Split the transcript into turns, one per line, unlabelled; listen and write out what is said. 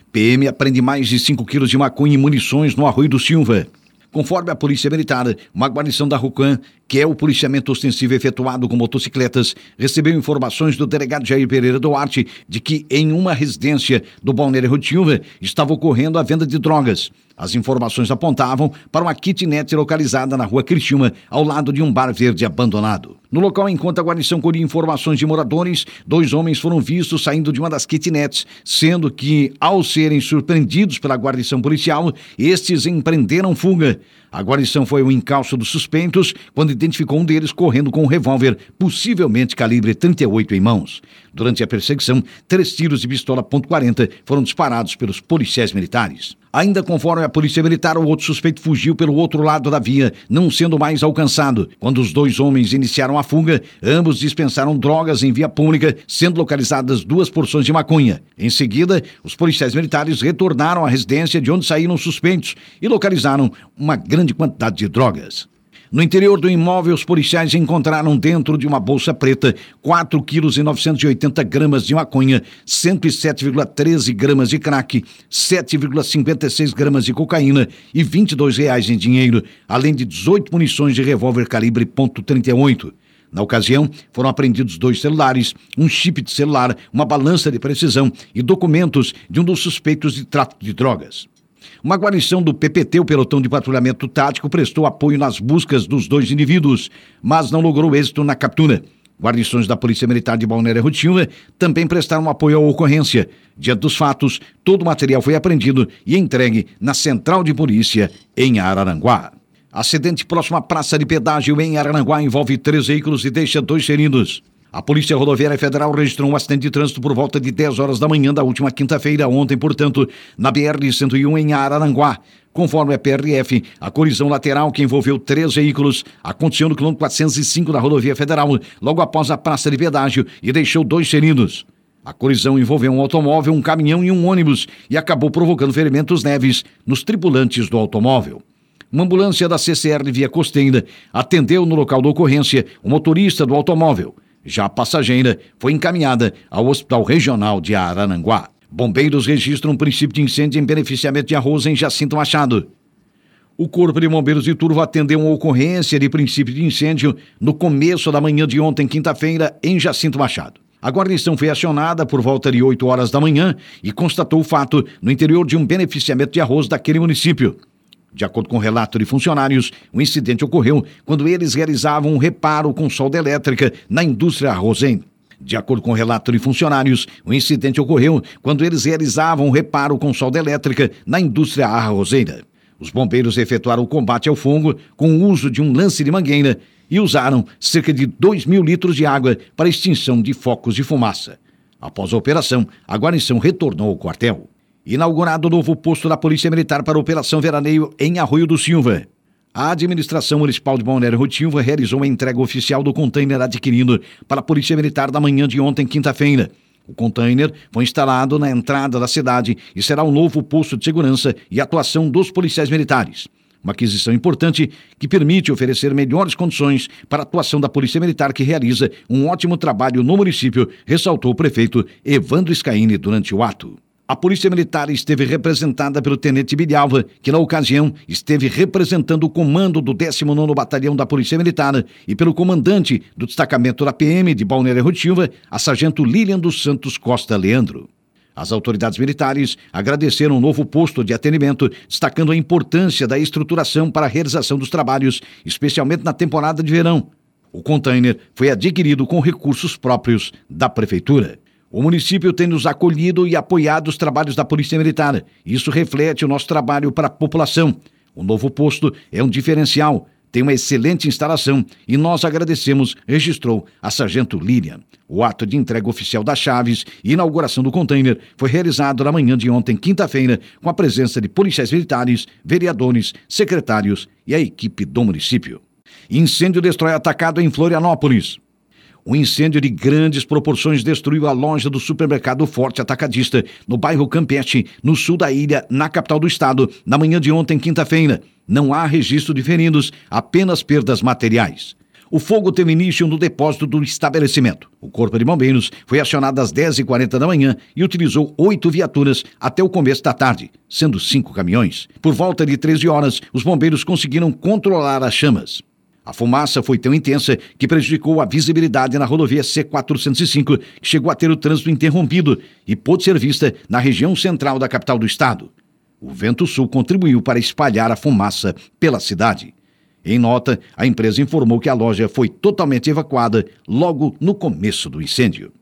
PM apreende mais de 5 quilos de maconha e munições no Arroio do Silva. Conforme a Polícia Militar, uma guarnição da RUCAM, que é o policiamento ostensivo efetuado com motocicletas, recebeu informações do delegado Jair Pereira Duarte de que em uma residência do Balneário Arroio do Silva estava ocorrendo a venda de drogas. As informações apontavam para uma kitnet localizada na rua Criciúma, ao lado de um bar verde abandonado. No local, enquanto a guarnição colhia informações de moradores, 2 homens foram vistos saindo de uma das kitnets, sendo que, ao serem surpreendidos pela guarnição policial, estes empreenderam fuga. A guarnição foi ao encalço dos suspeitos quando identificou um deles correndo com um revólver, possivelmente calibre 38 em mãos. Durante a perseguição, 3 tiros de pistola .40 foram disparados pelos policiais militares. Ainda conforme a Polícia Militar, o outro suspeito fugiu pelo outro lado da via, não sendo mais alcançado. Quando os 2 homens iniciaram a fuga, ambos dispensaram drogas em via pública, sendo localizadas 2 porções de maconha. Em seguida, os policiais militares retornaram à residência de onde saíram os suspeitos e localizaram uma grande quantidade de drogas. No interior do imóvel, os policiais encontraram dentro de uma bolsa preta 4,980 kg de maconha, 107,13 gramas de crack, 7,56 gramas de cocaína e R$22 em dinheiro, além de 18 munições de revólver calibre .38. Na ocasião, foram apreendidos 2 celulares, um chip de celular, uma balança de precisão e documentos de um dos suspeitos de tráfico de drogas. Uma guarnição do PPT, o Pelotão de Patrulhamento Tático, prestou apoio nas buscas dos 2 indivíduos, mas não logrou êxito na captura. Guarnições da Polícia Militar de Balneário Arroio do Silva também prestaram apoio à ocorrência. Diante dos fatos, todo o material foi apreendido e entregue na Central de Polícia em Araranguá. Acidente próximo à Praça de Pedágio em Araranguá envolve 3 veículos e deixa 2 feridos. A Polícia Rodoviária Federal registrou um acidente de trânsito por volta de 10 horas da manhã da última quinta-feira, ontem, portanto, na BR-101 em Araranguá. Conforme a PRF, a colisão lateral que envolveu 3 veículos aconteceu no quilômetro 405 da Rodovia Federal, logo após a Praça de Pedágio, e deixou 2 feridos. A colisão envolveu um automóvel, um caminhão e um ônibus e acabou provocando ferimentos leves nos tripulantes do automóvel. Uma ambulância da CCR Via Costeira atendeu no local da ocorrência o motorista do automóvel. Já a passageira foi encaminhada ao Hospital Regional de Araranguá. Bombeiros registram um princípio de incêndio em beneficiamento de arroz em Jacinto Machado. O Corpo de Bombeiros de Turvo atendeu uma ocorrência de princípio de incêndio no começo da manhã de ontem, quinta-feira, em Jacinto Machado. A guarnição foi acionada por volta de 8 horas da manhã e constatou o fato no interior de um beneficiamento de arroz daquele município. De acordo com o relato de funcionários, o incidente ocorreu quando eles realizavam um reparo com solda elétrica na indústria arrozeira. De acordo com o relato de funcionários, o incidente ocorreu quando eles realizavam um reparo com solda elétrica na indústria arrozeira. Os bombeiros efetuaram o combate ao fogo com o uso de um lance de mangueira e usaram cerca de 2.000 litros de água para extinção de focos de fumaça. Após a operação, a guarnição retornou ao quartel. Inaugurado o novo posto da Polícia Militar para a Operação Veraneio em Arroio do Silva. A Administração Municipal de Balneário Arroio do Silva realizou a entrega oficial do container adquirido para a Polícia Militar da manhã de ontem, quinta-feira. O container foi instalado na entrada da cidade e será um novo posto de segurança e atuação dos policiais militares. Uma aquisição importante que permite oferecer melhores condições para a atuação da Polícia Militar, que realiza um ótimo trabalho no município, ressaltou o prefeito Evandro Scaini durante o ato. A Polícia Militar esteve representada pelo Tenente Bilhalva, que na ocasião esteve representando o comando do 19º Batalhão da Polícia Militar, e pelo comandante do destacamento da PM de Balneário Arroio do Silva, a sargento Lilian dos Santos Costa Leandro. As autoridades militares agradeceram o novo posto de atendimento, destacando a importância da estruturação para a realização dos trabalhos, especialmente na temporada de verão. O container foi adquirido com recursos próprios da Prefeitura. O município tem nos acolhido e apoiado os trabalhos da Polícia Militar. Isso reflete o nosso trabalho para a população. O novo posto é um diferencial, tem uma excelente instalação e nós agradecemos, registrou a sargento Lilian. O ato de entrega oficial das chaves e inauguração do container foi realizado na manhã de ontem, quinta-feira, com a presença de policiais militares, vereadores, secretários e a equipe do município. Incêndio destrói atacado em Florianópolis. Um incêndio de grandes proporções destruiu a loja do supermercado Forte Atacadista, no bairro Campeche, no sul da ilha, na capital do estado, na manhã de ontem, quinta-feira. Não há registro de feridos, apenas perdas materiais. O fogo teve início no depósito do estabelecimento. O Corpo de Bombeiros foi acionado às 10h40 da manhã e utilizou 8 viaturas até o começo da tarde, sendo 5 caminhões. Por volta de 13 horas, os bombeiros conseguiram controlar as chamas. A fumaça foi tão intensa que prejudicou a visibilidade na rodovia C-405, que chegou a ter o trânsito interrompido e pôde ser vista na região central da capital do estado. O vento sul contribuiu para espalhar a fumaça pela cidade. Em nota, a empresa informou que a loja foi totalmente evacuada logo no começo do incêndio.